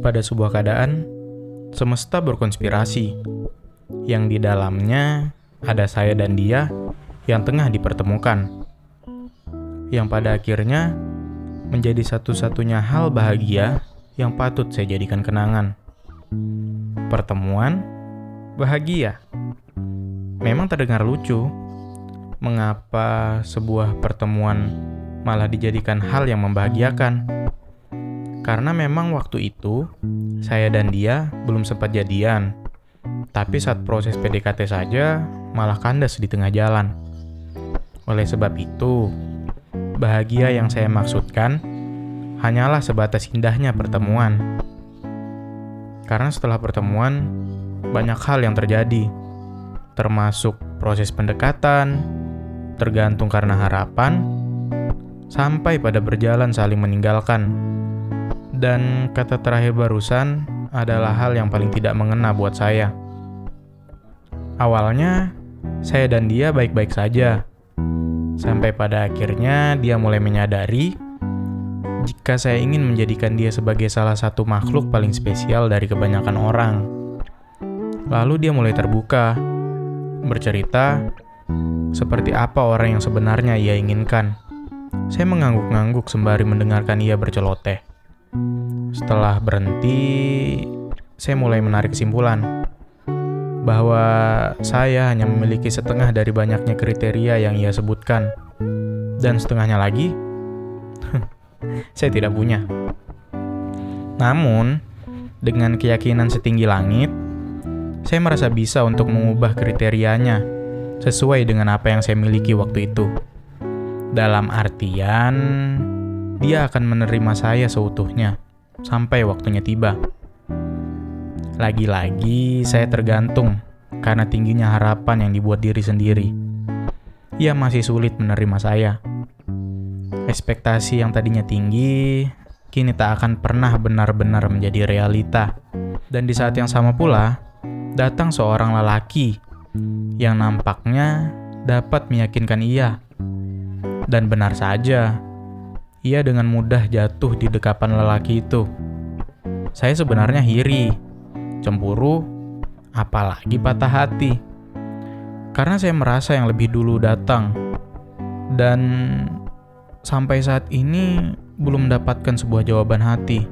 Pada sebuah keadaan, semesta berkonspirasi, yang di dalamnya ada saya dan dia yang tengah dipertemukan, yang pada akhirnya menjadi satu-satunya hal bahagia yang patut saya jadikan kenangan. Pertemuan bahagia. Memang terdengar lucu, mengapa sebuah pertemuan malah dijadikan hal yang membahagiakan? Karena memang waktu itu, saya dan dia belum sempat jadian. Tapi saat proses PDKT saja, malah kandas di tengah jalan. Oleh sebab itu, bahagia yang saya maksudkan hanyalah sebatas indahnya pertemuan. Karena setelah pertemuan, banyak hal yang terjadi. Termasuk proses pendekatan, tergantung karena harapan, sampai pada berjalan saling meninggalkan. Dan kata terakhir barusan adalah hal yang paling tidak mengena buat saya. Awalnya, saya dan dia baik-baik saja. Sampai pada akhirnya dia mulai menyadari jika saya ingin menjadikan dia sebagai salah satu makhluk paling spesial dari kebanyakan orang. Lalu dia mulai terbuka, bercerita seperti apa orang yang sebenarnya ia inginkan. Saya mengangguk-ngangguk sembari mendengarkan ia berceloteh. Setelah berhenti, saya mulai menarik kesimpulan bahwa saya hanya memiliki setengah dari banyaknya kriteria yang ia sebutkan, dan setengahnya lagi saya tidak punya. Namun, dengan keyakinan setinggi langit, saya merasa bisa untuk mengubah kriterianya sesuai dengan apa yang saya miliki waktu itu. Dalam artian, dia akan menerima saya seutuhnya sampai waktunya tiba. Lagi-lagi saya tergantung karena tingginya harapan yang dibuat diri sendiri. Ia masih sulit menerima saya. Ekspektasi yang tadinya tinggi, kini tak akan pernah benar-benar menjadi realita. Dan di saat yang sama pula, datang seorang lelaki yang nampaknya dapat meyakinkan ia. Dan benar saja, ia dengan mudah jatuh di dekapan lelaki itu. Saya sebenarnya iri, cemburu, apalagi patah hati. Karena saya merasa yang lebih dulu datang. Dan sampai saat ini belum mendapatkan sebuah jawaban hati.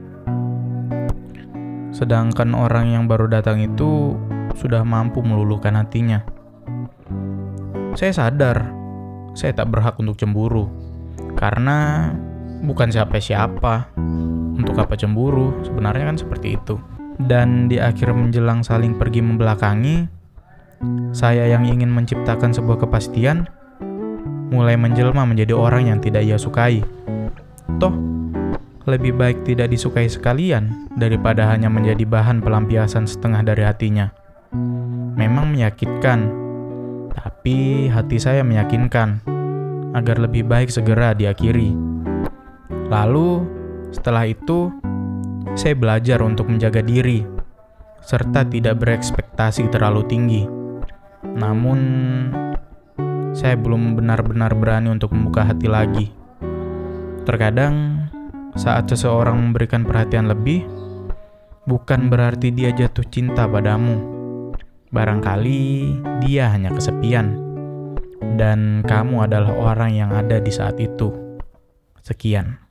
Sedangkan orang yang baru datang itu sudah mampu meluluhkan hatinya. Saya sadar, saya tak berhak untuk cemburu. Karena bukan siapa-siapa. Untuk apa cemburu? Sebenarnya kan seperti itu. Dan di akhir menjelang saling pergi membelakangi, saya yang ingin menciptakan sebuah kepastian mulai menjelma menjadi orang yang tidak ia sukai. Toh, lebih baik tidak disukai sekalian daripada hanya menjadi bahan pelampiasan setengah dari hatinya. Memang menyakitkan, tapi hati saya meyakinkan agar lebih baik segera diakhiri. Lalu, setelah itu, saya belajar untuk menjaga diri, serta tidak berekspektasi terlalu tinggi. Namun, saya belum benar-benar berani untuk membuka hati lagi. Terkadang, saat seseorang memberikan perhatian lebih, bukan berarti dia jatuh cinta padamu. Barangkali dia hanya kesepian, dan kamu adalah orang yang ada di saat itu. Sekian.